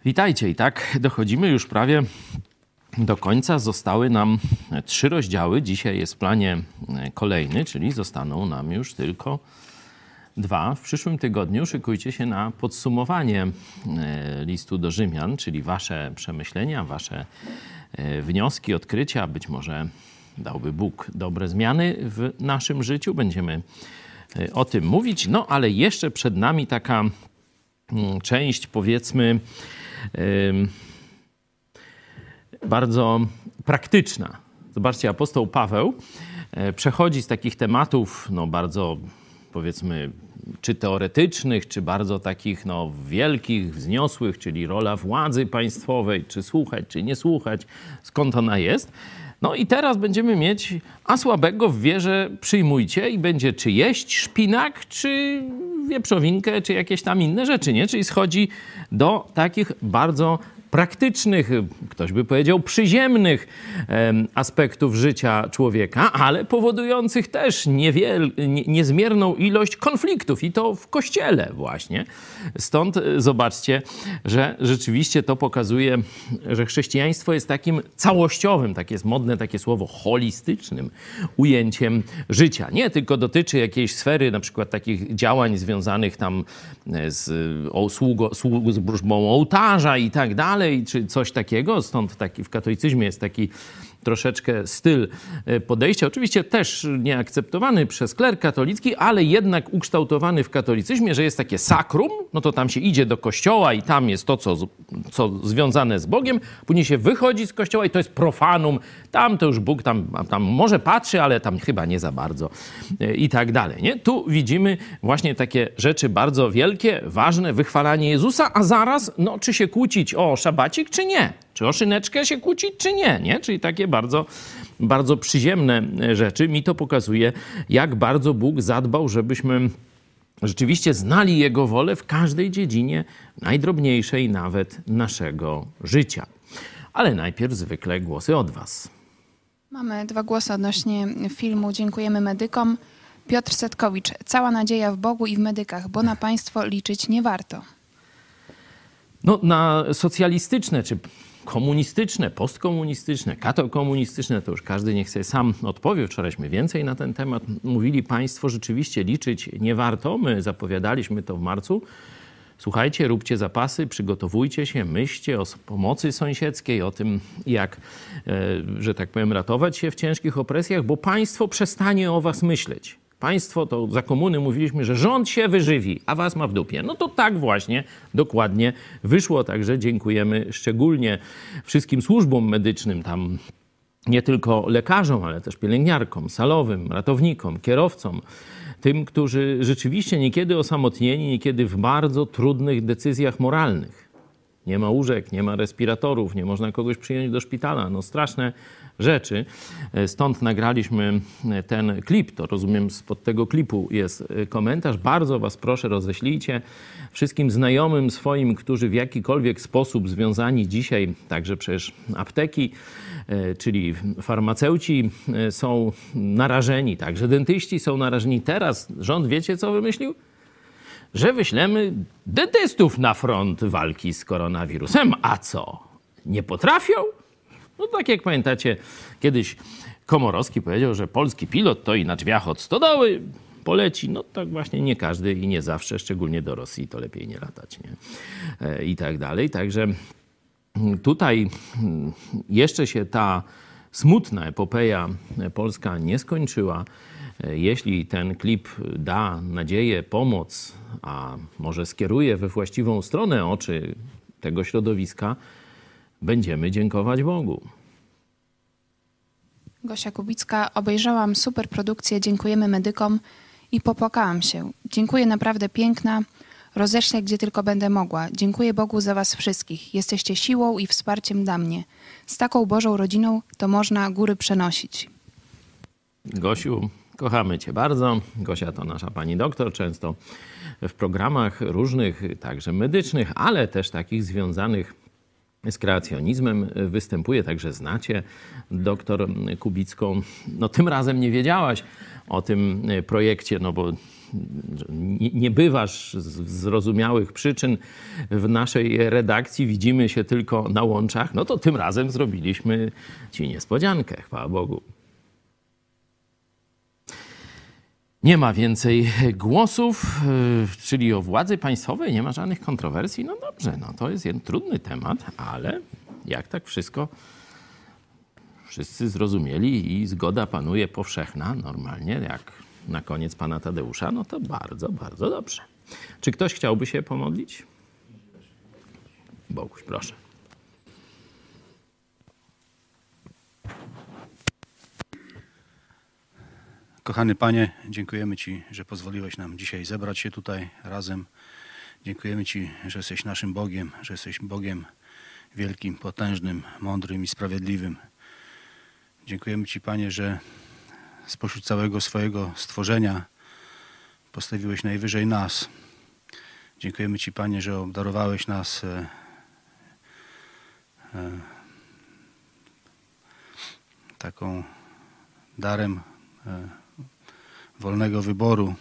Witajcie. I tak dochodzimy już prawie do końca. Zostały nam 3 rozdziały. Dzisiaj jest w planie kolejny, czyli zostaną nam już tylko 2. W przyszłym tygodniu szykujcie się na podsumowanie listu do Rzymian, czyli wasze przemyślenia, wasze wnioski, odkrycia. Być może dałby Bóg dobre zmiany w naszym życiu. Będziemy o tym mówić. No ale jeszcze przed nami taka część, powiedzmy, bardzo praktyczna. Zobaczcie, apostoł Paweł przechodzi z takich tematów, no bardzo, powiedzmy, czy teoretycznych, czy bardzo takich, no, wielkich, wzniosłych, czyli rola władzy państwowej, czy słuchać, czy nie słuchać, skąd ona jest. No i teraz będziemy mieć, a słabego w wierze przyjmujcie i będzie czy jeść szpinak, czy wieprzowinkę, czy jakieś tam inne rzeczy, nie? Czyli schodzi do takich bardzo praktycznych, ktoś by powiedział przyziemnych aspektów życia człowieka, ale powodujących też niezmierną ilość konfliktów i to w Kościele właśnie. Stąd zobaczcie, że rzeczywiście to pokazuje, że chrześcijaństwo jest takim całościowym, tak jest modne takie słowo, holistycznym ujęciem życia. Nie tylko dotyczy jakiejś sfery, na przykład takich działań związanych tam z służbą ołtarza i tak dalej, czy coś takiego. Stąd taki w katolicyzmie jest taki troszeczkę styl podejścia. Oczywiście też nieakceptowany przez kler katolicki, ale jednak ukształtowany w katolicyzmie, że jest takie sakrum, no to tam się idzie do kościoła i tam jest to, co związane z Bogiem. Później się wychodzi z kościoła i to jest profanum. Tam to już Bóg tam może patrzy, ale tam chyba nie za bardzo i tak dalej. Nie? Tu widzimy właśnie takie rzeczy bardzo wielkie, ważne, wychwalanie Jezusa, a zaraz, no, czy się kłócić o szabacik, czy nie? Czy o szyneczkę się kłócić, czy nie? Nie? Czyli takie bardzo, bardzo przyziemne rzeczy. Mi to pokazuje, jak bardzo Bóg zadbał, żebyśmy rzeczywiście znali Jego wolę w każdej dziedzinie, najdrobniejszej nawet naszego życia. Ale najpierw zwykle głosy od was. Mamy 2 głosy odnośnie filmu Dziękujemy medykom. Piotr Setkowicz. Cała nadzieja w Bogu i w medykach, bo na państwo liczyć nie warto. No, na socjalistyczne, czy komunistyczne, postkomunistyczne, katokomunistyczne, to już każdy niech sobie sam odpowie. Wczorajśmy więcej na ten temat mówili. Państwo rzeczywiście liczyć nie warto. My zapowiadaliśmy to w marcu. Słuchajcie, róbcie zapasy, przygotowujcie się, myślcie o pomocy sąsiedzkiej, o tym, jak, że tak powiem, ratować się w ciężkich opresjach, bo państwo przestanie o was myśleć. Państwo, to za komuny mówiliśmy, że rząd się wyżywi, a was ma w dupie. No to tak właśnie dokładnie wyszło. Także dziękujemy szczególnie wszystkim służbom medycznym, tam nie tylko lekarzom, ale też pielęgniarkom, salowym, ratownikom, kierowcom, tym, którzy rzeczywiście niekiedy osamotnieni, niekiedy w bardzo trudnych decyzjach moralnych. Nie ma łóżek, nie ma respiratorów, nie można kogoś przyjąć do szpitala. No straszne rzeczy. Stąd nagraliśmy ten klip. To rozumiem, spod tego klipu jest komentarz. Bardzo was proszę, roześlijcie wszystkim znajomym swoim, którzy w jakikolwiek sposób związani dzisiaj, także przecież apteki, czyli farmaceuci są narażeni, także dentyści są narażeni. Teraz rząd, wiecie co wymyślił? Że wyślemy dentystów na front walki z koronawirusem. A co? Nie potrafią? No tak jak pamiętacie, kiedyś Komorowski powiedział, że polski pilot to i na drzwiach od stodoły poleci. No tak właśnie nie każdy i nie zawsze, szczególnie do Rosji, to lepiej nie latać, nie? I tak dalej. Także tutaj jeszcze się ta smutna epopeja polska nie skończyła. Jeśli ten klip da nadzieję, pomoc, a może skieruje we właściwą stronę oczy tego środowiska, będziemy dziękować Bogu. Gosia Kubicka. Obejrzałam super produkcję Dziękujemy medykom i popłakałam się. Dziękuję, naprawdę piękna. Roześlę, gdzie tylko będę mogła. Dziękuję Bogu za was wszystkich. Jesteście siłą i wsparciem dla mnie. Z taką Bożą rodziną to można góry przenosić. Gosiu, kochamy cię bardzo. Gosia to nasza pani doktor, często w programach różnych, także medycznych, ale też takich związanych z kreacjonizmem występuje, także znacie doktor Kubicką. No tym razem nie wiedziałaś o tym projekcie, no bo nie bywasz z zrozumiałych przyczyn w naszej redakcji, widzimy się tylko na łączach, no to tym razem zrobiliśmy ci niespodziankę, chwała Bogu. Nie ma więcej głosów, czyli o władzy państwowej nie ma żadnych kontrowersji. No dobrze, no to jest trudny temat, ale jak tak wszystko wszyscy zrozumieli i zgoda panuje powszechna, normalnie, jak na koniec pana Tadeusza, no to bardzo, bardzo dobrze. Czy ktoś chciałby się pomodlić? Boguś, proszę. Kochany Panie, dziękujemy Ci, że pozwoliłeś nam dzisiaj zebrać się tutaj razem. Dziękujemy Ci, że jesteś naszym Bogiem, że jesteś Bogiem wielkim, potężnym, mądrym i sprawiedliwym. Dziękujemy Ci, Panie, że spośród całego swojego stworzenia postawiłeś najwyżej nas. Dziękujemy Ci, Panie, że obdarowałeś nas taką darem wolnego wyboru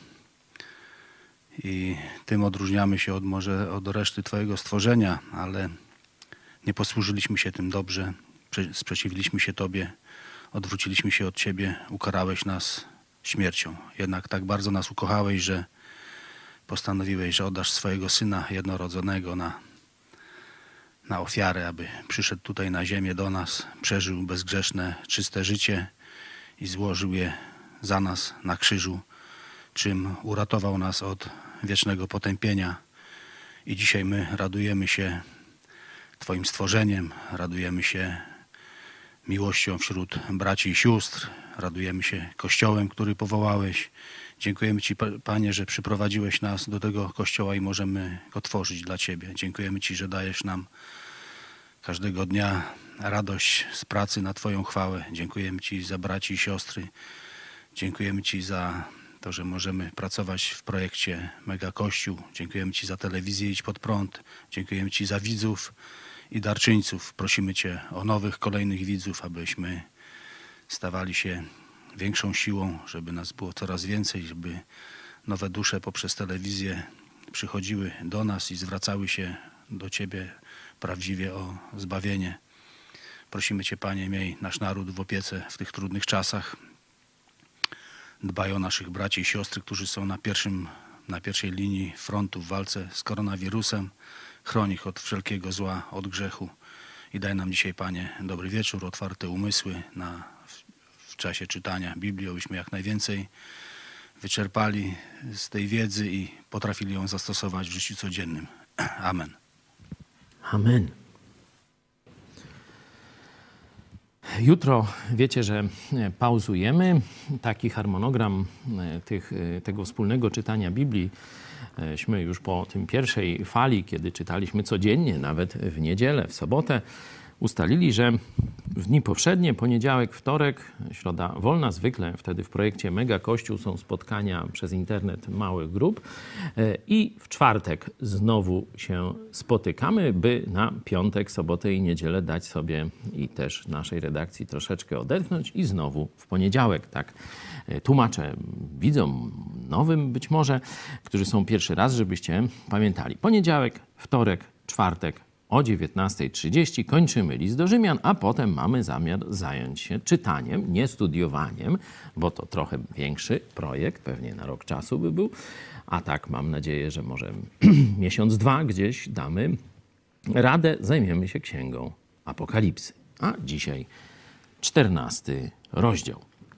i tym odróżniamy się może od reszty Twojego stworzenia, ale nie posłużyliśmy się tym dobrze, sprzeciwiliśmy się Tobie, odwróciliśmy się od Ciebie, ukarałeś nas śmiercią. Jednak tak bardzo nas ukochałeś, że postanowiłeś, że oddasz swojego Syna jednorodzonego na ofiarę, aby przyszedł tutaj na ziemię do nas, przeżył bezgrzeszne, czyste życie i złożył je za nas na krzyżu, czym uratował nas od wiecznego potępienia. I dzisiaj my radujemy się Twoim stworzeniem, radujemy się miłością wśród braci i sióstr, radujemy się Kościołem, który powołałeś. Dziękujemy Ci, Panie, że przyprowadziłeś nas do tego Kościoła i możemy go tworzyć dla Ciebie. Dziękujemy Ci, że dajesz nam każdego dnia radość z pracy na Twoją chwałę. Dziękujemy Ci za braci i siostry. Dziękujemy Ci za to, że możemy pracować w projekcie Mega Kościół. Dziękujemy Ci za telewizję Idź Pod Prąd. Dziękujemy Ci za widzów i darczyńców. Prosimy Cię o nowych, kolejnych widzów, abyśmy stawali się większą siłą, żeby nas było coraz więcej, żeby nowe dusze poprzez telewizję przychodziły do nas i zwracały się do Ciebie prawdziwie o zbawienie. Prosimy Cię, Panie, miej nasz naród w opiece w tych trudnych czasach. Dbaj o naszych braci i siostry, którzy są na pierwszej linii frontu w walce z koronawirusem. Chroń ich od wszelkiego zła, od grzechu. I daj nam dzisiaj, Panie, dobry wieczór, otwarte umysły w czasie czytania Biblii, abyśmy jak najwięcej wyczerpali z tej wiedzy i potrafili ją zastosować w życiu codziennym. Amen. Amen. Jutro wiecie, że pauzujemy. Taki harmonogram tego wspólnego czytania Biblii. Śmy już po tym pierwszej fali, kiedy czytaliśmy codziennie, nawet w niedzielę, w sobotę, ustalili, że w dni powszednie, poniedziałek, wtorek, środa wolna, zwykle wtedy w projekcie Mega Kościół są spotkania przez internet małych grup i w czwartek znowu się spotykamy, by na piątek, sobotę i niedzielę dać sobie i też naszej redakcji troszeczkę odetchnąć i znowu w poniedziałek, tak tłumaczę widzom nowym być może, którzy są pierwszy raz, żebyście pamiętali. Poniedziałek, wtorek, czwartek, o 19:30 kończymy list do Rzymian, a potem mamy zamiar zająć się czytaniem, nie studiowaniem, bo to trochę większy projekt, pewnie na rok czasu by był. A tak mam nadzieję, że może miesiąc, dwa gdzieś damy radę, zajmiemy się księgą Apokalipsy. A dzisiaj 14 rozdział.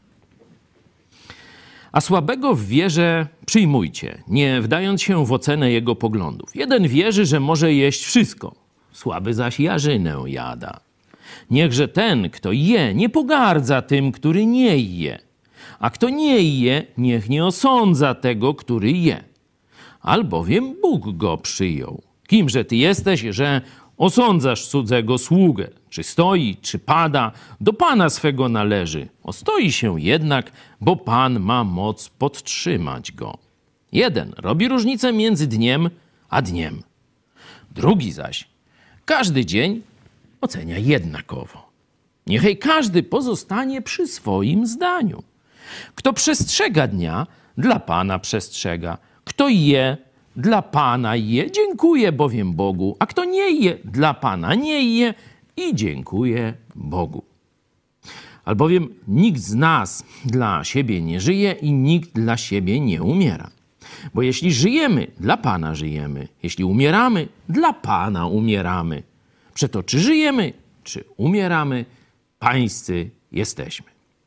A słabego w wierze przyjmujcie, nie wdając się w ocenę jego poglądów. Jeden wierzy, że może jeść wszystko, słaby zaś jarzynę jada. Niechże ten, kto je, nie pogardza tym, który nie je. A kto nie je, niech nie osądza tego, który je. Albowiem Bóg go przyjął. Kimże ty jesteś, że osądzasz cudzego sługę? Czy stoi, czy pada, do Pana swego należy. Ostoi się jednak, bo Pan ma moc podtrzymać go. Jeden robi różnicę między dniem a dniem. Drugi zaś każdy dzień ocenia jednakowo. Niechaj każdy pozostanie przy swoim zdaniu. Kto przestrzega dnia, dla Pana przestrzega. Kto je, dla Pana je, dziękuję bowiem Bogu, a kto nie je, dla Pana nie je i dziękuję Bogu. Albowiem nikt z nas dla siebie nie żyje i nikt dla siebie nie umiera. Bo jeśli żyjemy, dla Pana żyjemy. Jeśli umieramy, dla Pana umieramy. Przeto czy żyjemy, czy umieramy, pańscy jesteśmy.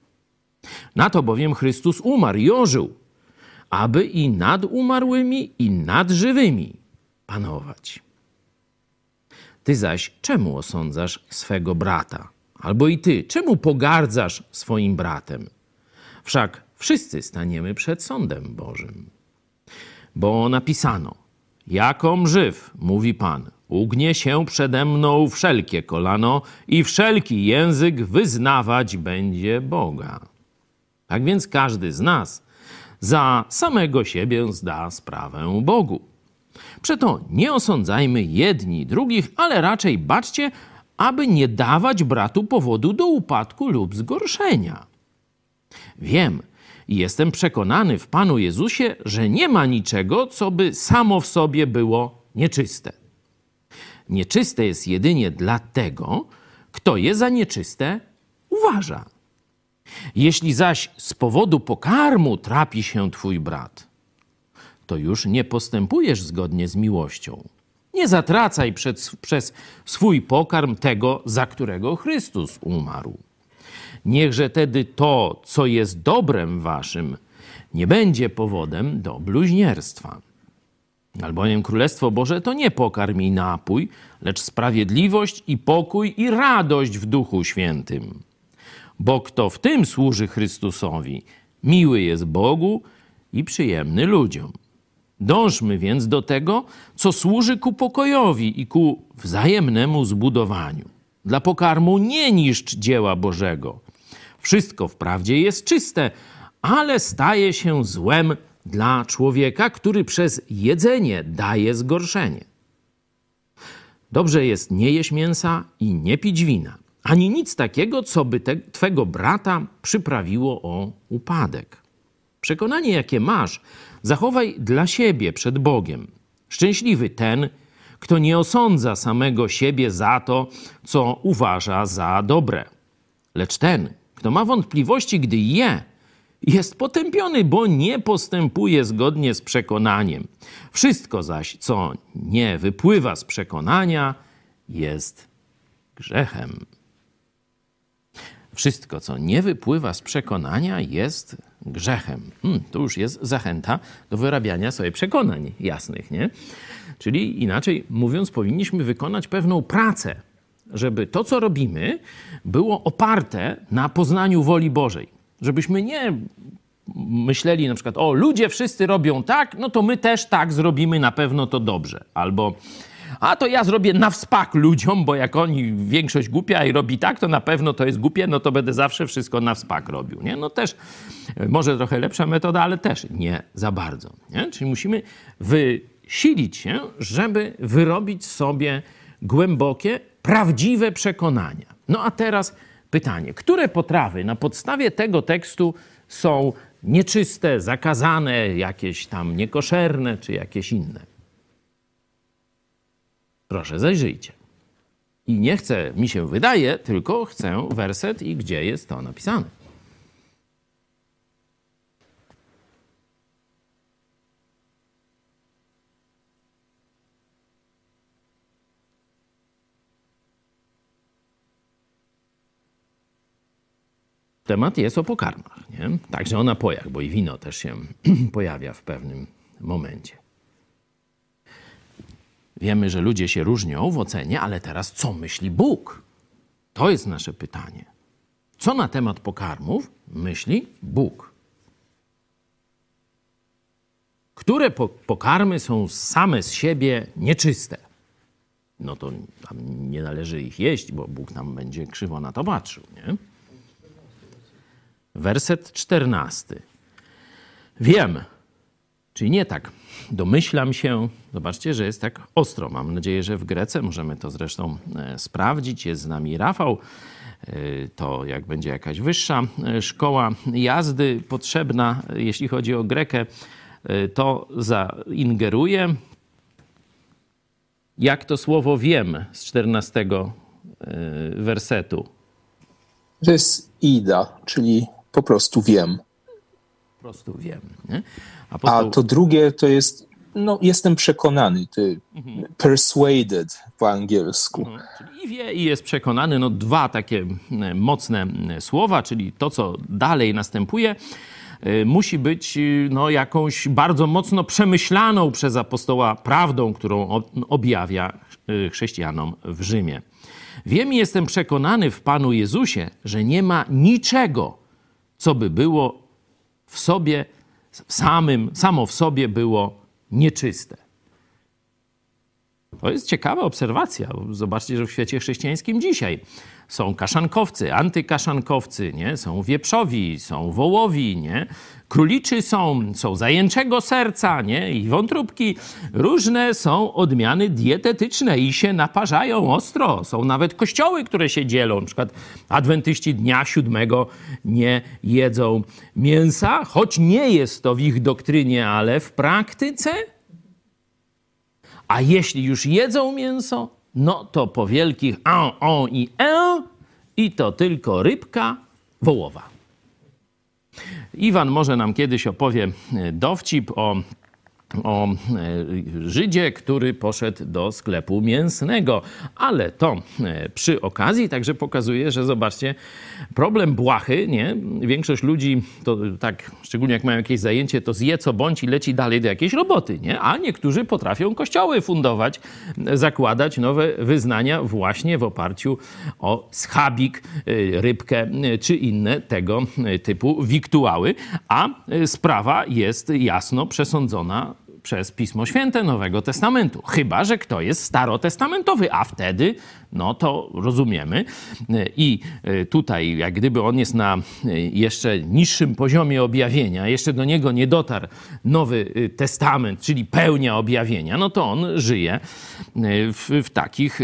Na to bowiem Chrystus umarł i ożył, aby i nad umarłymi, i nad żywymi panować. Ty zaś czemu osądzasz swego brata? Albo i ty, czemu pogardzasz swoim bratem? Wszak wszyscy staniemy przed sądem Bożym. Bo napisano, jakom żyw, mówi Pan, ugnie się przede mną wszelkie kolano i wszelki język wyznawać będzie Boga. Tak więc każdy z nas za samego siebie zda sprawę Bogu. Przeto nie osądzajmy jedni drugich, ale raczej baczcie, aby nie dawać bratu powodu do upadku lub zgorszenia. Wiem i jestem przekonany w Panu Jezusie, że nie ma niczego, co by samo w sobie było nieczyste. Nieczyste jest jedynie dla tego, kto je za nieczyste uważa. Jeśli zaś z powodu pokarmu trapi się twój brat, to już nie postępujesz zgodnie z miłością. Nie zatracaj przez swój pokarm tego, za którego Chrystus umarł. Niechże tedy to, co jest dobrem waszym, nie będzie powodem do bluźnierstwa. Albowiem Królestwo Boże to nie pokarm i napój, lecz sprawiedliwość i pokój i radość w Duchu Świętym. Bo kto w tym służy Chrystusowi, miły jest Bogu i przyjemny ludziom. Dążmy więc do tego, co służy ku pokojowi i ku wzajemnemu zbudowaniu. Dla pokarmu nie niszcz dzieła Bożego. Wszystko wprawdzie jest czyste, ale staje się złem dla człowieka, który przez jedzenie daje zgorszenie. Dobrze jest nie jeść mięsa i nie pić wina, ani nic takiego, co by twego brata przyprawiło o upadek. Przekonanie, jakie masz, zachowaj dla siebie przed Bogiem. Szczęśliwy ten, kto nie osądza samego siebie za to, co uważa za dobre. Lecz ten, kto ma wątpliwości, gdy je, jest potępiony, bo nie postępuje zgodnie z przekonaniem. Wszystko zaś, co nie wypływa z przekonania, jest grzechem. Wszystko, co nie wypływa z przekonania, jest grzechem. To już jest zachęta do wyrabiania sobie przekonań jasnych, nie? Czyli inaczej mówiąc, powinniśmy wykonać pewną pracę, żeby to, co robimy, było oparte na poznaniu woli Bożej. Żebyśmy nie myśleli na przykład, o, ludzie wszyscy robią tak, no to my też tak zrobimy, na pewno to dobrze. Albo, a to ja zrobię na wspak ludziom, bo jak oni większość głupia i robi tak, to na pewno to jest głupie, no to będę zawsze wszystko na wspak robił. Nie? No też może trochę lepsza metoda, ale też nie za bardzo. Nie? Czyli musimy wysilić się, żeby wyrobić sobie głębokie, prawdziwe przekonania. No a teraz pytanie, które potrawy na podstawie tego tekstu są nieczyste, zakazane, jakieś tam niekoszerne, czy jakieś inne? Proszę, zajrzyjcie. I nie chcę, mi się wydaje, tylko chcę werset i gdzie jest to napisane. Temat jest o pokarmach, nie? Także o napojach, bo i wino też się pojawia w pewnym momencie. Wiemy, że ludzie się różnią w ocenie, ale teraz co myśli Bóg? To jest nasze pytanie. Co na temat pokarmów myśli Bóg? Które pokarmy są same z siebie nieczyste? No to tam nie należy ich jeść, bo Bóg nam będzie krzywo na to patrzył, nie? Werset 14. Wiem, czyli nie tak, domyślam się. Zobaczcie, że jest tak ostro. Mam nadzieję, że w Grece możemy to zresztą sprawdzić. Jest z nami Rafał. to jak będzie jakaś wyższa szkoła jazdy potrzebna, jeśli chodzi o Grekę, to zaingeruje. Jak to słowo wiem z 14 wersetu? To jest ida, czyli po prostu wiem. Po prostu wiem. Nie? A to drugie to jest, jestem przekonany, persuaded po angielsku. Czyli i wie, i jest przekonany. Dwa takie mocne słowa, czyli to, co dalej następuje, musi być jakąś bardzo mocno przemyślaną przez apostoła prawdą, którą objawia chrześcijanom w Rzymie. Wiem i jestem przekonany w Panu Jezusie, że nie ma niczego, co by było w sobie, samo w sobie było nieczyste. To jest ciekawa obserwacja. Zobaczcie, że w świecie chrześcijańskim dzisiaj są kaszankowcy, antykaszankowcy, nie? Są wieprzowi, są wołowi, nie? Króliczy są zajęczego serca, nie? I wątróbki. Różne są odmiany dietetyczne i się naparzają ostro. Są nawet kościoły, które się dzielą. Na przykład adwentyści dnia 7 nie jedzą mięsa, choć nie jest to w ich doktrynie, ale w praktyce. A jeśli już jedzą mięso, to po wielkich i to tylko rybka wołowa. Iwan może nam kiedyś opowie dowcip o Żydzie, który poszedł do sklepu mięsnego. Ale to przy okazji także pokazuje, że zobaczcie, problem błahy, nie? Większość ludzi, to tak, szczególnie jak mają jakieś zajęcie, to zje co bądź i leci dalej do jakiejś roboty, nie? A niektórzy potrafią kościoły fundować, zakładać nowe wyznania właśnie w oparciu o schabik, rybkę czy inne tego typu wiktuały. A sprawa jest jasno przesądzona przez Pismo Święte Nowego Testamentu. Chyba że kto jest starotestamentowy, a wtedy, to rozumiemy. I tutaj, jak gdyby on jest na jeszcze niższym poziomie objawienia, jeszcze do niego nie dotarł Nowy Testament, czyli pełnia objawienia, to on żyje w takich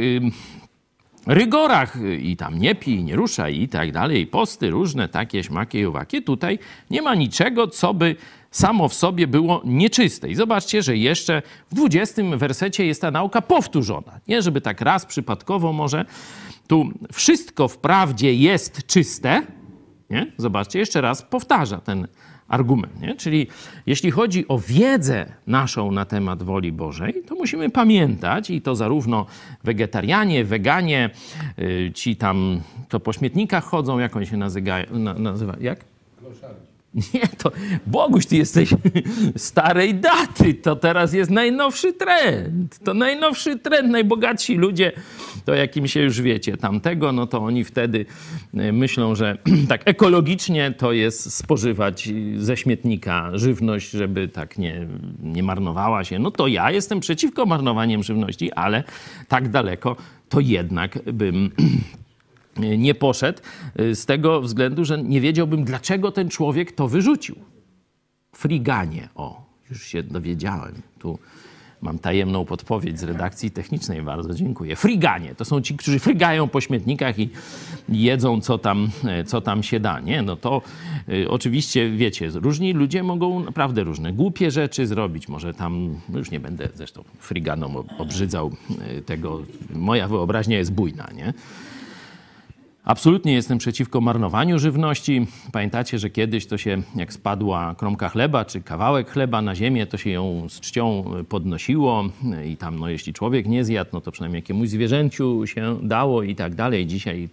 rygorach i tam nie pij, nie ruszaj i tak dalej, posty różne, takie, śmakie i owakie. Tutaj nie ma niczego, co by samo w sobie było nieczyste. I zobaczcie, że jeszcze w 20 wersecie jest ta nauka powtórzona. Nie, żeby tak raz przypadkowo może. Tu wszystko wprawdzie jest czyste. Nie? Zobaczcie, jeszcze raz powtarza ten argument. Nie? Czyli jeśli chodzi o wiedzę naszą na temat woli Bożej, to musimy pamiętać, i to zarówno wegetarianie, weganie, ci tam, to po śmietnikach chodzą, jak oni się nazywa? Jak? Nie, to Boguś, ty jesteś starej daty, to teraz jest najnowszy trend. To najnowszy trend, najbogatsi ludzie, to jakim się już wiecie tamtego, to oni wtedy myślą, że tak ekologicznie to jest spożywać ze śmietnika żywność, żeby tak nie marnowała się. To ja jestem przeciwko marnowaniem żywności, ale tak daleko to jednak bym nie poszedł z tego względu, że nie wiedziałbym, dlaczego ten człowiek to wyrzucił. Friganie. Już się dowiedziałem. Tu mam tajemną podpowiedź z redakcji technicznej. Bardzo dziękuję. Friganie. To są ci, którzy frygają po śmietnikach i jedzą, co tam się da. Nie? To oczywiście, wiecie, różni ludzie mogą naprawdę różne głupie rzeczy zrobić. Może tam, już nie będę zresztą fryganom obrzydzał tego. Moja wyobraźnia jest bujna, nie? Absolutnie jestem przeciwko marnowaniu żywności. Pamiętacie, że kiedyś to się, jak spadła kromka chleba czy kawałek chleba na ziemię, to się ją z czcią podnosiło i tam, jeśli człowiek nie zjadł, to przynajmniej jakiemuś zwierzęciu się dało i tak dalej. Dzisiaj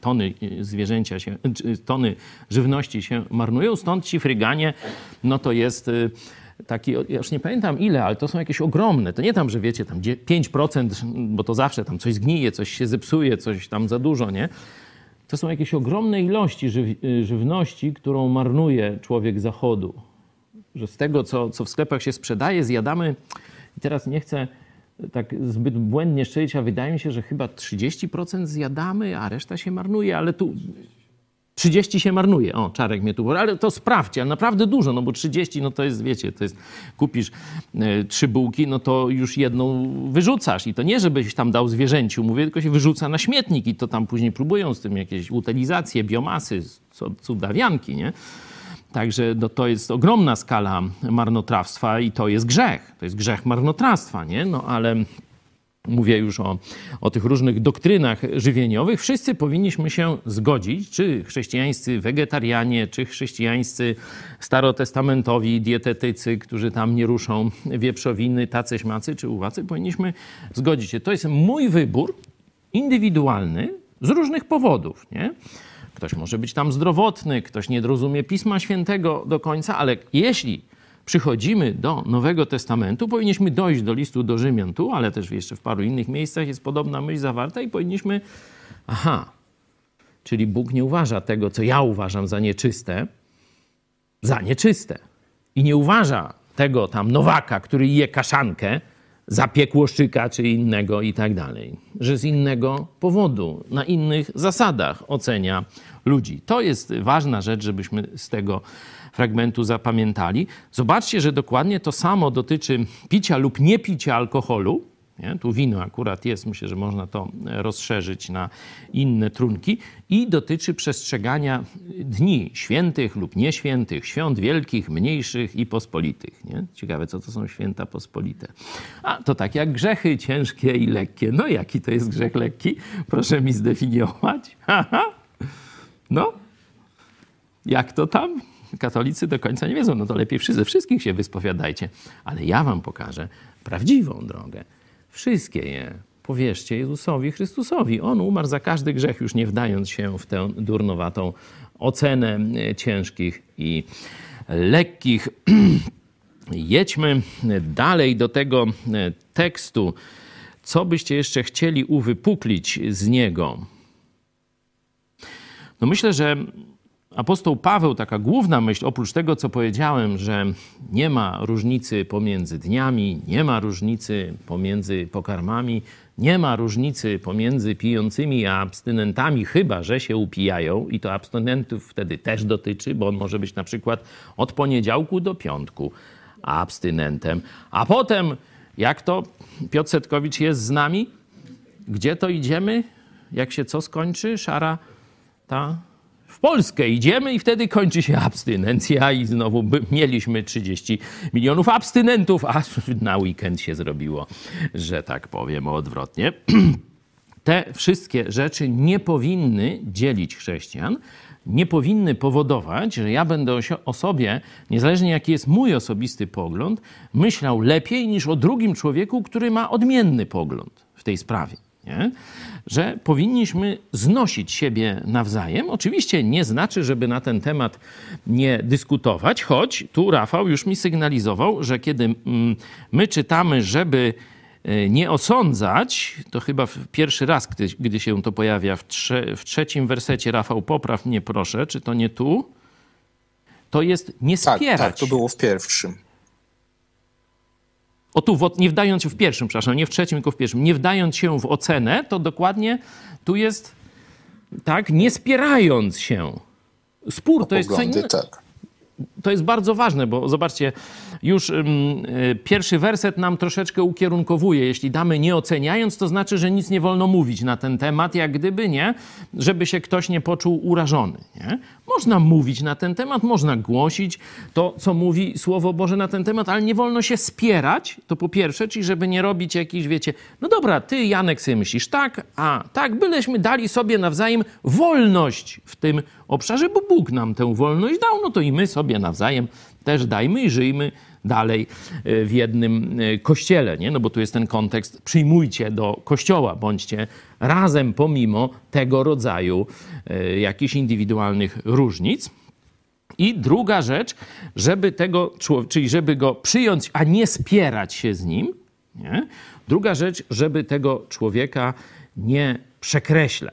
tony żywności się marnują, stąd ci fryganie, to jest taki, ja już nie pamiętam ile, ale to są jakieś ogromne. To nie tam, że wiecie, tam 5%, bo to zawsze tam coś zgnije, coś się zepsuje, coś tam za dużo, nie? To są jakieś ogromne ilości żywności, którą marnuje człowiek Zachodu. Że z tego, co w sklepach się sprzedaje, zjadamy, i teraz nie chcę tak zbyt błędnie szczelić, a wydaje mi się, że chyba 30% zjadamy, a reszta się marnuje, ale tu 30 się marnuje. O, Czarek mnie tu... Ale to sprawdźcie, ale naprawdę dużo, no bo 30, no to jest, wiecie, to jest... Kupisz 3 bułki, no to już jedną wyrzucasz. I to nie, żebyś tam dał zwierzęciu, mówię, tylko się wyrzuca na śmietnik i to tam później próbują z tym jakieś utylizacje, biomasy, cudawianki, nie? Także no, to jest ogromna skala marnotrawstwa i to jest grzech. To jest grzech marnotrawstwa, nie? No ale... Mówię już o tych różnych doktrynach żywieniowych. Wszyscy powinniśmy się zgodzić, czy chrześcijańscy wegetarianie, czy chrześcijańscy starotestamentowi dietetycy, którzy tam nie ruszą wieprzowiny, tacy śmacy czy uwacy, powinniśmy zgodzić się. To jest mój wybór indywidualny z różnych powodów, nie? Ktoś może być tam zdrowotny, ktoś nie rozumie Pisma Świętego do końca, ale jeśli przychodzimy do Nowego Testamentu, powinniśmy dojść do listu do Rzymian tu, ale też jeszcze w paru innych miejscach jest podobna myśl zawarta i powinniśmy, czyli Bóg nie uważa tego, co ja uważam za nieczyste. I nie uważa tego tam Nowaka, który je kaszankę, za piekłoszczyka czy innego i tak dalej. Że z innego powodu, na innych zasadach ocenia ludzi. To jest ważna rzecz, żebyśmy z tego fragmentu zapamiętali. Zobaczcie, że dokładnie to samo dotyczy picia lub niepicia alkoholu. Nie? Tu wino akurat jest, myślę, że można to rozszerzyć na inne trunki. I dotyczy przestrzegania dni świętych lub nieświętych, świąt wielkich, mniejszych i pospolitych. Nie? Ciekawe, co to są święta pospolite. A to tak jak grzechy ciężkie i lekkie. No jaki to jest grzech lekki? Proszę mi zdefiniować. No, jak to tam? Katolicy do końca nie wiedzą, no to lepiej ze wszystkich się wyspowiadajcie. Ale ja wam pokażę prawdziwą drogę. Wszystkie je powierzcie Jezusowi Chrystusowi. On umarł za każdy grzech, już nie wdając się w tę durnowatą ocenę ciężkich i lekkich. Jedźmy dalej do tego tekstu. Co byście jeszcze chcieli uwypuklić z niego? No myślę, że apostoł Paweł, taka główna myśl, oprócz tego, co powiedziałem, że nie ma różnicy pomiędzy dniami, nie ma różnicy pomiędzy pokarmami, nie ma różnicy pomiędzy pijącymi a abstynentami, chyba że się upijają i to abstynentów wtedy też dotyczy, bo on może być na przykład od poniedziałku do piątku abstynentem. A potem, jak to Piotr Setkowicz jest z nami? Gdzie to idziemy? Jak się co skończy? Szara ta... W Polskę idziemy i wtedy kończy się abstynencja i znowu mieliśmy 30 milionów abstynentów, a na weekend się zrobiło, że tak powiem, odwrotnie. Te wszystkie rzeczy nie powinny dzielić chrześcijan, nie powinny powodować, że ja będę o sobie, niezależnie jaki jest mój osobisty pogląd, myślał lepiej niż o drugim człowieku, który ma odmienny pogląd w tej sprawie. Nie? Że powinniśmy znosić siebie nawzajem. Oczywiście nie znaczy, żeby na ten temat nie dyskutować, choć tu Rafał już mi sygnalizował, że kiedy my czytamy, żeby nie osądzać, to chyba pierwszy raz, gdy się to pojawia w 3. wersecie, Rafał, popraw mnie proszę, czy to nie tu? To jest nie spierać. Tak, to było w 1. O tu, nie wdając się w 1, przepraszam, nie w 3, tylko w 1. Nie wdając się w ocenę, to dokładnie tu jest, tak, nie spierając się. Spór to jest co innego. Tak. To jest bardzo ważne, bo zobaczcie, już pierwszy werset nam troszeczkę ukierunkowuje. Jeśli damy nie oceniając, to znaczy, że nic nie wolno mówić na ten temat, jak gdyby, nie? Żeby się ktoś nie poczuł urażony, nie? Można mówić na ten temat, można głosić to, co mówi Słowo Boże na ten temat, ale nie wolno się spierać, to po pierwsze, czyli żeby nie robić jakichś, wiecie, no dobra, ty, Janek, sobie myślisz tak, a tak, byleśmy dali sobie nawzajem wolność w tym obszarze, bo Bóg nam tę wolność dał, no to i my sobie nawzajem też dajmy i żyjmy dalej w jednym kościele, nie? No bo tu jest ten kontekst, przyjmujcie do kościoła, bądźcie razem pomimo tego rodzaju jakichś indywidualnych różnic. I druga rzecz, żeby tego, czyli żeby go przyjąć, a nie spierać się z nim, nie? Druga rzecz, żeby tego człowieka nie przekreślać,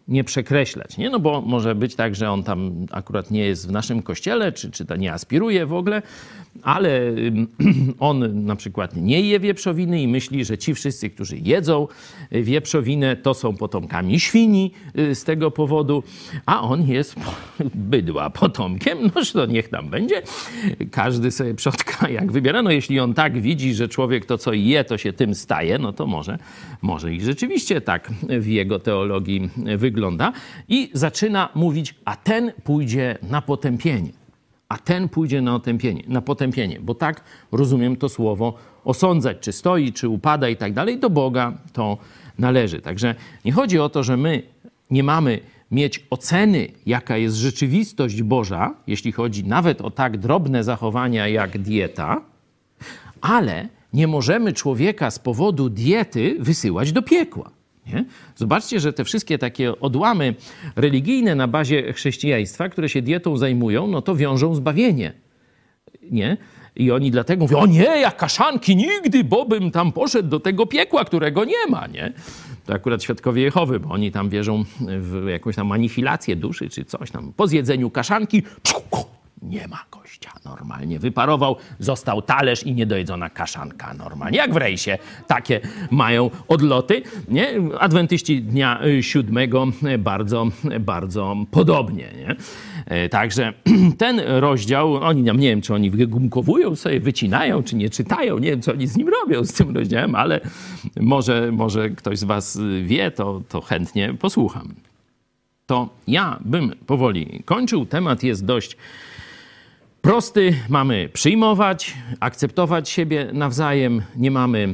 nie przekreślać, nie? No bo może być tak, że on tam akurat nie jest w naszym kościele, czy to nie aspiruje w ogóle, ale on na przykład nie je wieprzowiny i myśli, że ci wszyscy, którzy jedzą wieprzowinę, to są potomkami świni z tego powodu, a on jest bydła potomkiem, noż to niech tam będzie. Każdy sobie przodka jak wybiera. No jeśli on tak widzi, że człowiek to co je, to się tym staje, no to może i rzeczywiście tak w jego teologii wygląda. I zaczyna mówić, a ten pójdzie na potępienie. A ten pójdzie na potępienie, bo tak rozumiem to słowo osądzać, czy stoi, czy upada i tak dalej, do Boga to należy. Także nie chodzi o to, że my nie mamy mieć oceny, jaka jest rzeczywistość Boża, jeśli chodzi nawet o tak drobne zachowania jak dieta, ale nie możemy człowieka z powodu diety wysyłać do piekła. Nie? Zobaczcie, że te wszystkie takie odłamy religijne na bazie chrześcijaństwa, które się dietą zajmują, no to wiążą zbawienie. Nie? I oni dlatego mówią, o nie, ja kaszanki nigdy, bo bym tam poszedł do tego piekła, którego nie ma. Nie? To akurat świadkowie Jehowy, bo oni tam wierzą w jakąś tam anihilację duszy czy coś tam. Po zjedzeniu kaszanki nie ma gościa. Normalnie wyparował, został talerz i niedojedzona kaszanka. Normalnie, jak w rejsie. Takie mają odloty. Nie? Adwentyści dnia 7 bardzo, bardzo podobnie. Nie? Także ten rozdział, oni nie wiem, czy oni wygumkowują sobie, wycinają, czy nie czytają. Nie wiem, co oni z nim robią, z tym rozdziałem, ale może ktoś z was wie, to chętnie posłucham. To ja bym powoli kończył. Temat jest dość prosty. Mamy przyjmować, akceptować siebie nawzajem. Nie mamy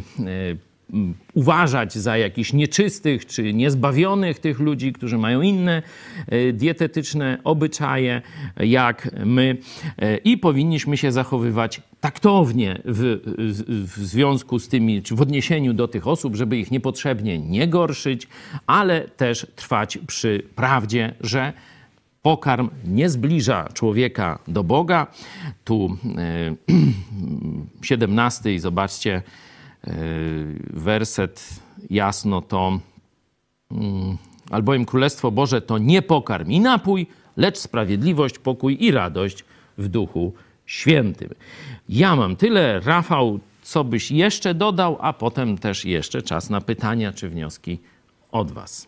uważać za jakichś nieczystych czy niezbawionych tych ludzi, którzy mają inne dietetyczne obyczaje jak my. I powinniśmy się zachowywać taktownie w związku z tymi, czy w odniesieniu do tych osób, żeby ich niepotrzebnie nie gorszyć, ale też trwać przy prawdzie, że pokarm nie zbliża człowieka do Boga. Tu 17 i zobaczcie, werset jasno to, albowiem Królestwo Boże to nie pokarm i napój, lecz sprawiedliwość, pokój i radość w Duchu Świętym. Ja mam tyle. Rafał, co byś jeszcze dodał, a potem też jeszcze czas na pytania czy wnioski od was.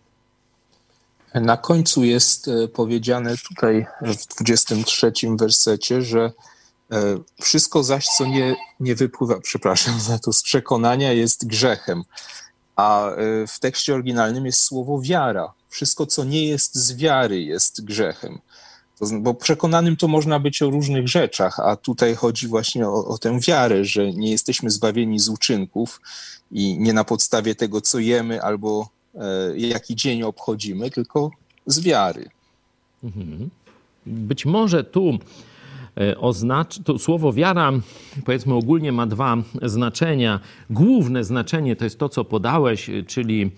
Na końcu jest powiedziane tutaj w 23 wersecie, że wszystko zaś, co nie wypływa, przepraszam za to, z przekonania, jest grzechem. A w tekście oryginalnym jest słowo wiara. Wszystko, co nie jest z wiary, jest grzechem. Bo przekonanym to można być o różnych rzeczach, a tutaj chodzi właśnie o tę wiarę, że nie jesteśmy zbawieni z uczynków i nie na podstawie tego, co jemy albo jaki dzień obchodzimy, tylko z wiary. Być może tu to słowo wiara, powiedzmy ogólnie, ma dwa znaczenia. Główne znaczenie to jest to, co podałeś, czyli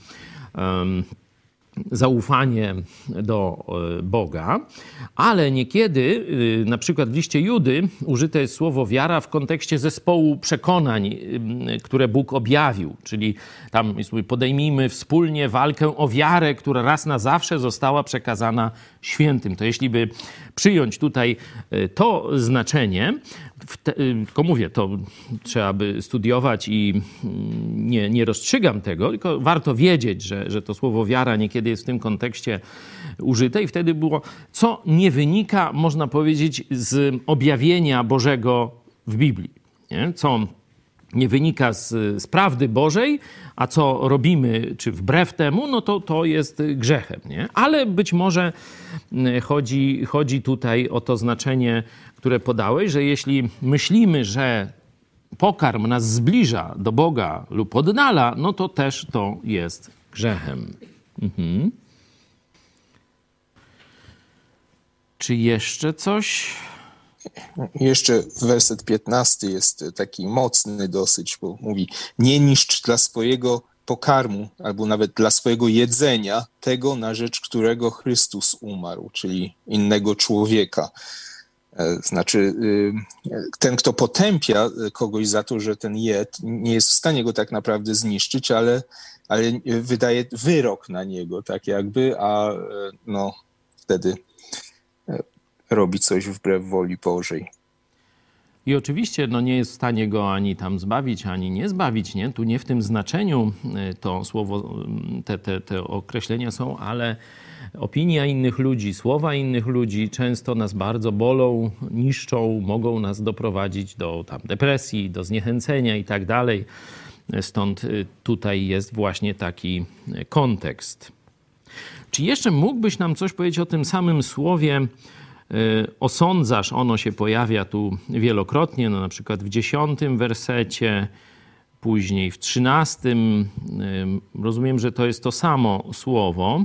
zaufanie do Boga, ale niekiedy, na przykład w liście Judy, użyte jest słowo wiara w kontekście zespołu przekonań, które Bóg objawił, czyli tam jest, podejmijmy wspólnie walkę o wiarę, która raz na zawsze została przekazana świętym. To jeśli by przyjąć tutaj to znaczenie, tylko mówię, to trzeba by studiować i nie rozstrzygam tego, tylko warto wiedzieć, że to słowo wiara niekiedy jest w tym kontekście użyte i wtedy było, co nie wynika, można powiedzieć, z objawienia Bożego w Biblii. Nie? Co nie wynika z prawdy Bożej, a co robimy, czy wbrew temu, no to jest grzechem. Nie? Ale być może chodzi tutaj o to znaczenie, które podałeś, że jeśli myślimy, że pokarm nas zbliża do Boga lub oddala, no to też to jest grzechem. Czy jeszcze coś? Jeszcze werset 15 jest taki mocny dosyć, bo mówi: nie niszcz dla swojego pokarmu, albo nawet dla swojego jedzenia tego, na rzecz którego Chrystus umarł, czyli innego człowieka. Znaczy, ten, kto potępia kogoś za to, że ten jed, nie jest w stanie go tak naprawdę zniszczyć, ale ale wydaje wyrok na niego, tak jakby, a no wtedy robi coś wbrew woli Bożej. I oczywiście no, nie jest w stanie go ani tam zbawić, ani nie zbawić. Nie? Tu nie w tym znaczeniu to słowo, te określenia są, ale opinia innych ludzi, słowa innych ludzi często nas bardzo bolą, niszczą, mogą nas doprowadzić do tam, depresji, do zniechęcenia i tak dalej. Stąd tutaj jest właśnie taki kontekst. Czy jeszcze mógłbyś nam coś powiedzieć o tym samym słowie osądzasz? Ono się pojawia tu wielokrotnie, no na przykład w 10 wersecie, później w 13. Rozumiem, że to jest to samo słowo.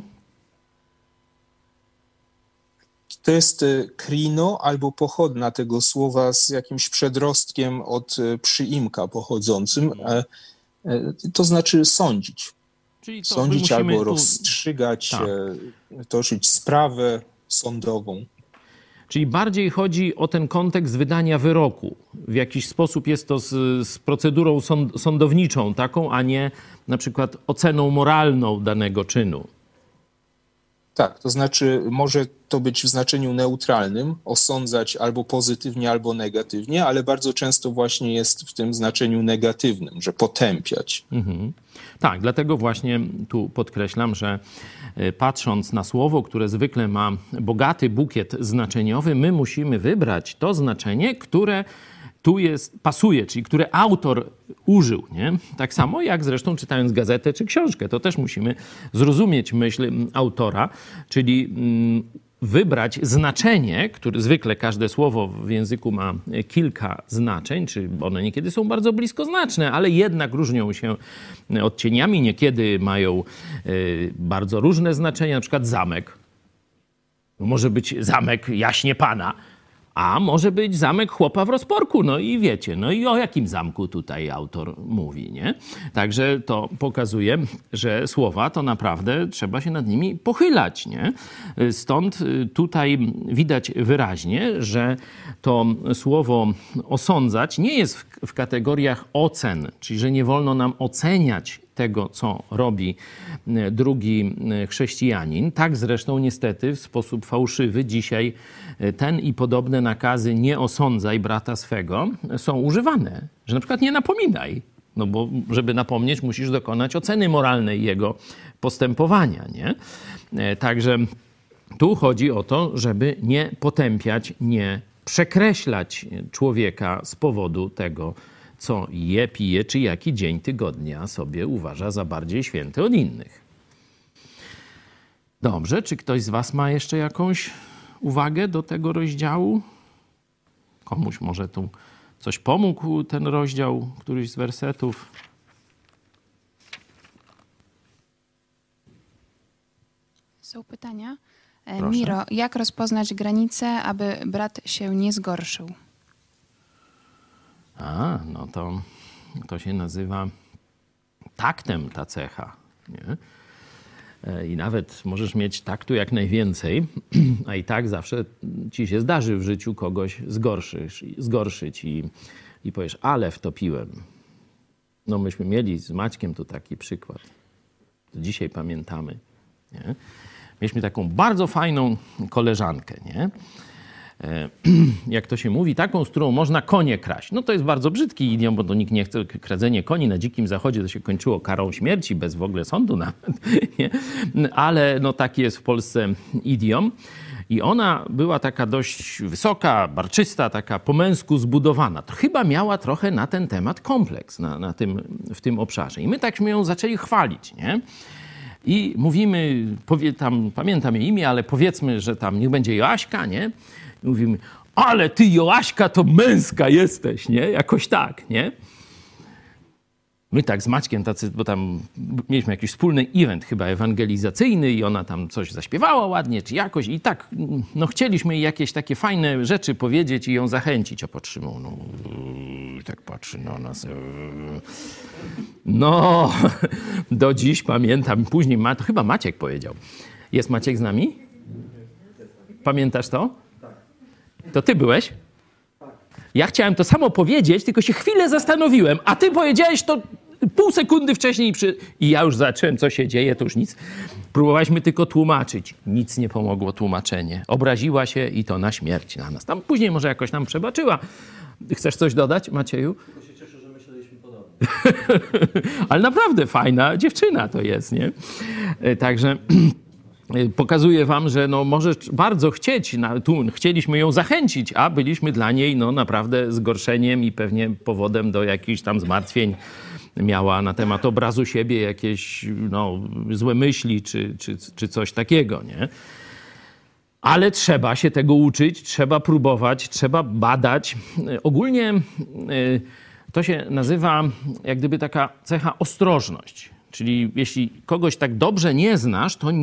To jest krino albo pochodna tego słowa z jakimś przedrostkiem od przyimka pochodzącym. To znaczy sądzić. Czyli to sądzić albo tu rozstrzygać, tak. toczyć sprawę sądową. Czyli bardziej chodzi o ten kontekst wydania wyroku. W jakiś sposób jest to z procedurą sądowniczą taką, a nie na przykład oceną moralną danego czynu. Tak, to znaczy może to być w znaczeniu neutralnym, osądzać albo pozytywnie, albo negatywnie, ale bardzo często właśnie jest w tym znaczeniu negatywnym, że potępiać. Tak, dlatego właśnie tu podkreślam, że patrząc na słowo, które zwykle ma bogaty bukiet znaczeniowy, my musimy wybrać to znaczenie, które tu pasuje, czyli które autor użył. Nie? Tak samo jak zresztą czytając gazetę czy książkę, to też musimy zrozumieć myśl autora, czyli wybrać znaczenie, które zwykle każde słowo w języku ma kilka znaczeń, czy one niekiedy są bardzo bliskoznaczne, ale jednak różnią się odcieniami, niekiedy mają bardzo różne znaczenia, na przykład zamek. Może być zamek jaśnie pana, a może być zamek chłopa w rozporku. No i wiecie, no i o jakim zamku tutaj autor mówi, nie? Także to pokazuje, że słowa to naprawdę trzeba się nad nimi pochylać, nie? Stąd tutaj widać wyraźnie, że to słowo osądzać nie jest w kategoriach ocen, czyli że nie wolno nam oceniać tego, co robi drugi chrześcijanin. Tak zresztą niestety w sposób fałszywy dzisiaj ten i podobne nakazy nie osądzaj brata swego są używane. Że na przykład nie napominaj. No bo żeby napomnieć, musisz dokonać oceny moralnej jego postępowania, nie? Także tu chodzi o to, żeby nie potępiać, nie przekreślać człowieka z powodu tego, co je, pije, czy jaki dzień tygodnia sobie uważa za bardziej święty od innych. Dobrze, czy ktoś z was ma jeszcze jakąś uwagę do tego rozdziału? Komuś może tu coś pomógł ten rozdział, któryś z wersetów? Są pytania. Proszę. Miro, jak rozpoznać granice, aby brat się nie zgorszył? No to się nazywa taktem ta cecha, nie? I nawet możesz mieć taktu jak najwięcej, a i tak zawsze ci się zdarzy w życiu kogoś zgorszyć i powiesz, ale wtopiłem. No myśmy mieli z Maćkiem tu taki przykład. To dzisiaj pamiętamy, nie? Mieliśmy taką bardzo fajną koleżankę, nie? Jak to się mówi, taką, z którą można konie kraść. No to jest bardzo brzydki idiom, bo to nikt nie chce. Kradzenie koni na Dzikim Zachodzie to się kończyło karą śmierci, bez w ogóle sądu nawet. Nie? Ale no taki jest w Polsce idiom. I ona była taka dość wysoka, barczysta, taka po męsku zbudowana. To chyba miała trochę na ten temat kompleks w tym obszarze. I my takśmy ją zaczęli chwalić, nie? I mówimy, pamiętam jej imię, ale powiedzmy, że tam niech będzie Joaśka, nie? I mówimy, ale ty Joaśka to męska jesteś, nie? Jakoś tak, nie? My tak z Maćkiem tacy, bo tam mieliśmy jakiś wspólny event chyba ewangelizacyjny i ona tam coś zaśpiewała ładnie, czy jakoś i tak, no chcieliśmy jej jakieś takie fajne rzeczy powiedzieć i ją zachęcić, a patrzymy, no tak patrzy na nas. No, do dziś pamiętam, później to chyba Maciek powiedział. Jest Maciek z nami? Pamiętasz to? To ty byłeś? Ja chciałem to samo powiedzieć, tylko się chwilę zastanowiłem, a ty powiedziałeś to pół sekundy wcześniej i ja już zacząłem, co się dzieje, to już nic. Próbowaliśmy tylko tłumaczyć. Nic nie pomogło tłumaczenie. Obraziła się i to na śmierć na nas. Tam później może jakoś nam przebaczyła. Chcesz coś dodać, Macieju? Ja się cieszę, że myśleliśmy podobnie. Ale naprawdę fajna dziewczyna to jest, nie? Także pokazuję wam, że no może bardzo chcieć, chcieliśmy ją zachęcić, a byliśmy dla niej no naprawdę zgorszeniem i pewnie powodem do jakichś tam zmartwień. Miała na temat obrazu siebie jakieś no, złe myśli czy coś takiego, nie? Ale trzeba się tego uczyć, trzeba próbować, trzeba badać. Ogólnie to się nazywa jak gdyby taka cecha ostrożność. Czyli jeśli kogoś tak dobrze nie znasz, to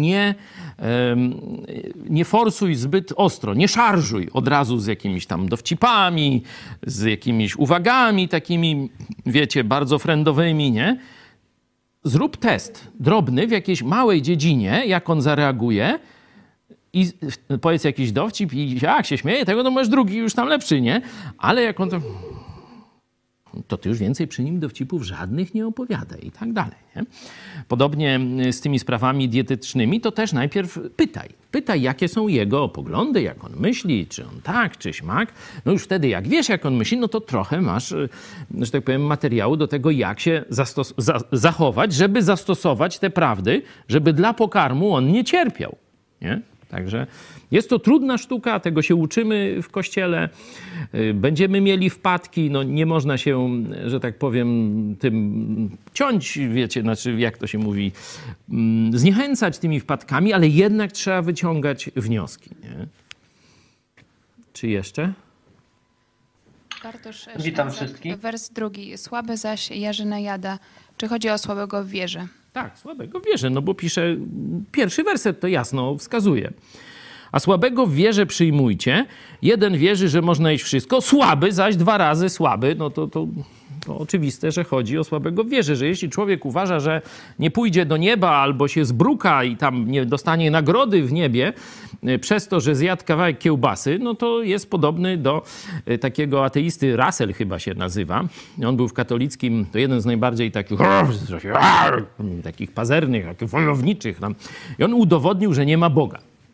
nie forsuj zbyt ostro, nie szarżuj od razu z jakimiś tam dowcipami, z jakimiś uwagami takimi, wiecie, bardzo friendowymi, nie? Zrób test drobny w jakiejś małej dziedzinie, jak on zareaguje i powiedz jakiś dowcip i jak się śmieje, tego to możesz drugi już tam lepszy, nie? Ale jak on to ty już więcej przy nim dowcipów żadnych nie opowiadaj i tak dalej. Nie? Podobnie z tymi sprawami dietetycznymi, to też najpierw pytaj. Pytaj, jakie są jego poglądy, jak on myśli, czy on tak, czy śmak. No już wtedy, jak wiesz, jak on myśli, no to trochę masz, że tak powiem, materiału do tego, jak się zachować, żeby zastosować te prawdy, żeby dla pokarmu on nie cierpiał. Nie? Także jest to trudna sztuka, tego się uczymy w Kościele. Będziemy mieli wpadki, no nie można się, że tak powiem, tym ciąć, wiecie, znaczy jak to się mówi, zniechęcać tymi wpadkami, ale jednak trzeba wyciągać wnioski. Nie? Czy jeszcze? Bartosz, Witam wszystkich. Wers 2. Słaby zaś Jarzyna jada. Czy chodzi o słabego w wierze? Tak, słabego w wierze, no bo pisze, pierwszy werset to jasno wskazuje. A słabego w wierze przyjmujcie. Jeden wierzy, że można jeść wszystko, słaby zaś 2 razy słaby. No to oczywiste, że chodzi o słabego w wierze, że jeśli człowiek uważa, że nie pójdzie do nieba albo się zbruka i tam nie dostanie nagrody w niebie przez to, że zjadł kawałek kiełbasy, no to jest podobny do takiego ateisty, Russell chyba się nazywa. On był w katolickim, to jeden z najbardziej takich pazernych, takich wojowniczych. I on udowodnił, że nie ma Boga.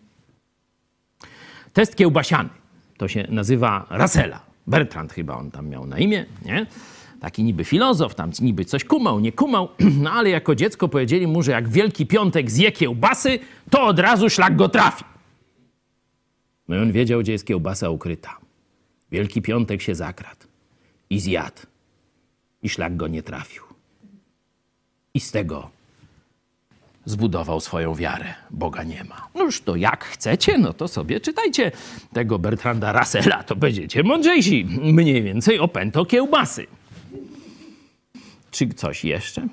Test kiełbasiany. To się nazywa Russella. Bertrand chyba on tam miał na imię, nie? Taki niby filozof, tam niby coś kumał, nie kumał, no ale jako dziecko powiedzieli mu, że jak Wielki Piątek zje kiełbasy, to od razu szlak go trafi. No i on wiedział, gdzie jest kiełbasa ukryta. Wielki Piątek się zakradł i zjadł. I szlak go nie trafił. I z tego zbudował swoją wiarę. Boga nie ma. No już to jak chcecie, no to sobie czytajcie tego Bertranda Russella, to będziecie mądrzejsi mniej więcej o pęto kiełbasy. Czy coś jeszcze?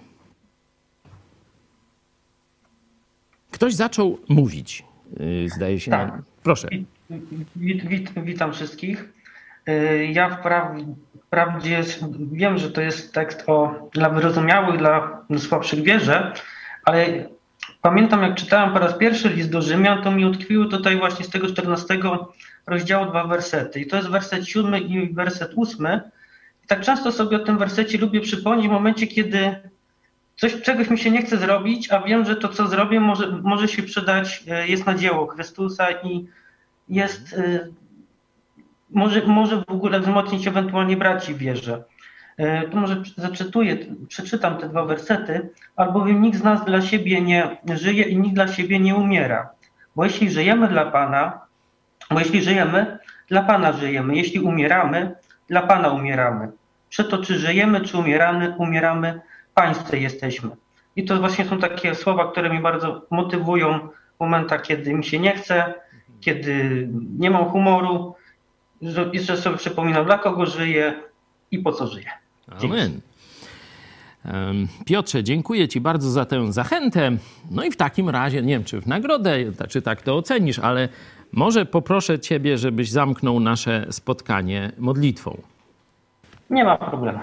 Ktoś zaczął mówić. Zdaje się. Tak. Proszę. Witam wszystkich. Ja wprawdzie wiem, że to jest tekst dla wyrozumiałych, dla słabszych w wierze, ale pamiętam, jak czytałem po raz pierwszy list do Rzymian, to mi utkwiły tutaj właśnie z tego 14 rozdziału 2 wersety. I to jest werset 7 i werset 8. I tak często sobie o tym wersecie lubię przypomnieć w momencie, kiedy czegoś mi się nie chce zrobić, a wiem, że to, co zrobię, może się przydać, jest na dzieło Chrystusa i jest, może w ogóle wzmocnić ewentualnie braci w wierze. Tu może przeczytam te 2 wersety. Albowiem nikt z nas dla siebie nie żyje i nikt dla siebie nie umiera. Bo jeśli żyjemy, dla Pana żyjemy. Jeśli umieramy, dla Pana umieramy. Przeto czy żyjemy, czy umieramy, Pańscy jesteśmy. I to właśnie są takie słowa, które mnie bardzo motywują w momentach, kiedy mi się nie chce, kiedy nie mam humoru, że sobie przypominam, dla kogo żyję i po co żyję. Amen. Piotrze, dziękuję Ci bardzo za tę zachętę. No i w takim razie, nie wiem, czy w nagrodę, czy tak to ocenisz, ale może poproszę Ciebie, żebyś zamknął nasze spotkanie modlitwą. Nie ma problemu.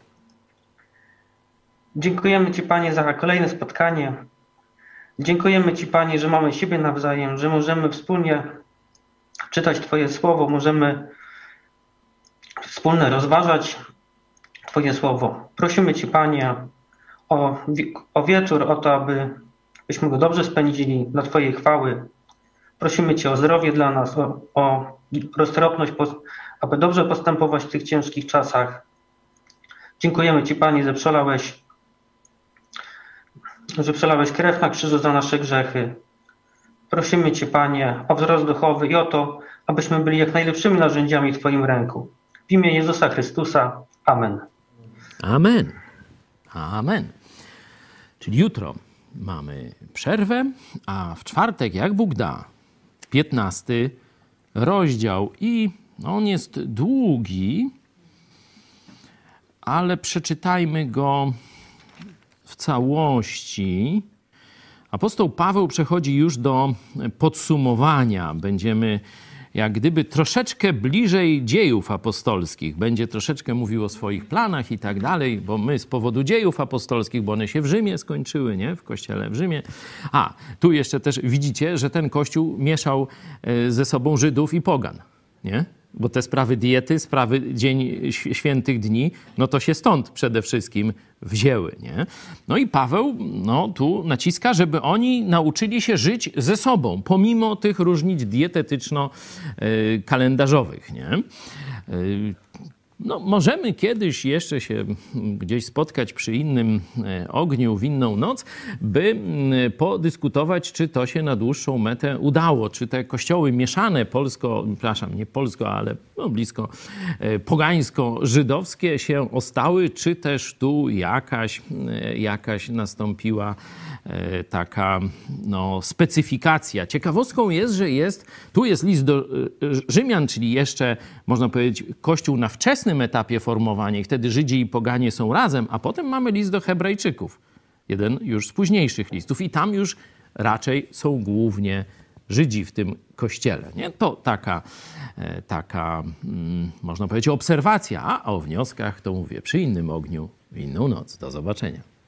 Dziękujemy Ci, Panie, za kolejne spotkanie. Dziękujemy Ci, Panie, że mamy siebie nawzajem, że możemy wspólnie czytać Twoje słowo, możemy wspólnie rozważać Twoje słowo. Prosimy Cię, Panie, o wieczór, o to, abyśmy go dobrze spędzili dla Twojej chwały. Prosimy Cię o zdrowie dla nas, o roztropność, aby dobrze postępować w tych ciężkich czasach. Dziękujemy Ci, Panie, że przelałeś krew na krzyżu za nasze grzechy. Prosimy Cię, Panie, o wzrost duchowy i o to, abyśmy byli jak najlepszymi narzędziami w Twoim ręku. W imię Jezusa Chrystusa. Amen. Amen. Amen. Czyli jutro mamy przerwę, a w czwartek, jak Bóg da, 15 rozdział i on jest długi, ale przeczytajmy go w całości. Apostoł Paweł przechodzi już do podsumowania. Będziemy jak gdyby troszeczkę bliżej dziejów apostolskich. Będzie troszeczkę mówił o swoich planach i tak dalej, bo my z powodu dziejów apostolskich, bo one się w Rzymie skończyły, nie? W kościele w Rzymie. A, tu jeszcze też widzicie, że ten kościół mieszał ze sobą Żydów i pogan, nie? Bo te sprawy diety, sprawy świętych dni, no to się stąd przede wszystkim wzięły, nie? No i Paweł, no tu naciska, żeby oni nauczyli się żyć ze sobą, pomimo tych różnic dietetyczno-kalendarzowych, nie? No, możemy kiedyś jeszcze się gdzieś spotkać przy innym ogniu, w inną noc, by podyskutować, czy to się na dłuższą metę udało, czy te kościoły mieszane nie polsko, ale no blisko pogańsko-żydowskie się ostały, czy też tu jakaś nastąpiła taka no, specyfikacja. Ciekawostką jest, że tu jest list do Rzymian, czyli jeszcze, można powiedzieć, kościół na wczesnym etapie formowania i wtedy Żydzi i poganie są razem, a potem mamy list do Hebrajczyków, jeden już z późniejszych listów i tam już raczej są głównie Żydzi w tym kościele. Nie? To taka można powiedzieć, obserwacja, a o wnioskach to mówię przy innym ogniu, w inną noc. Do zobaczenia.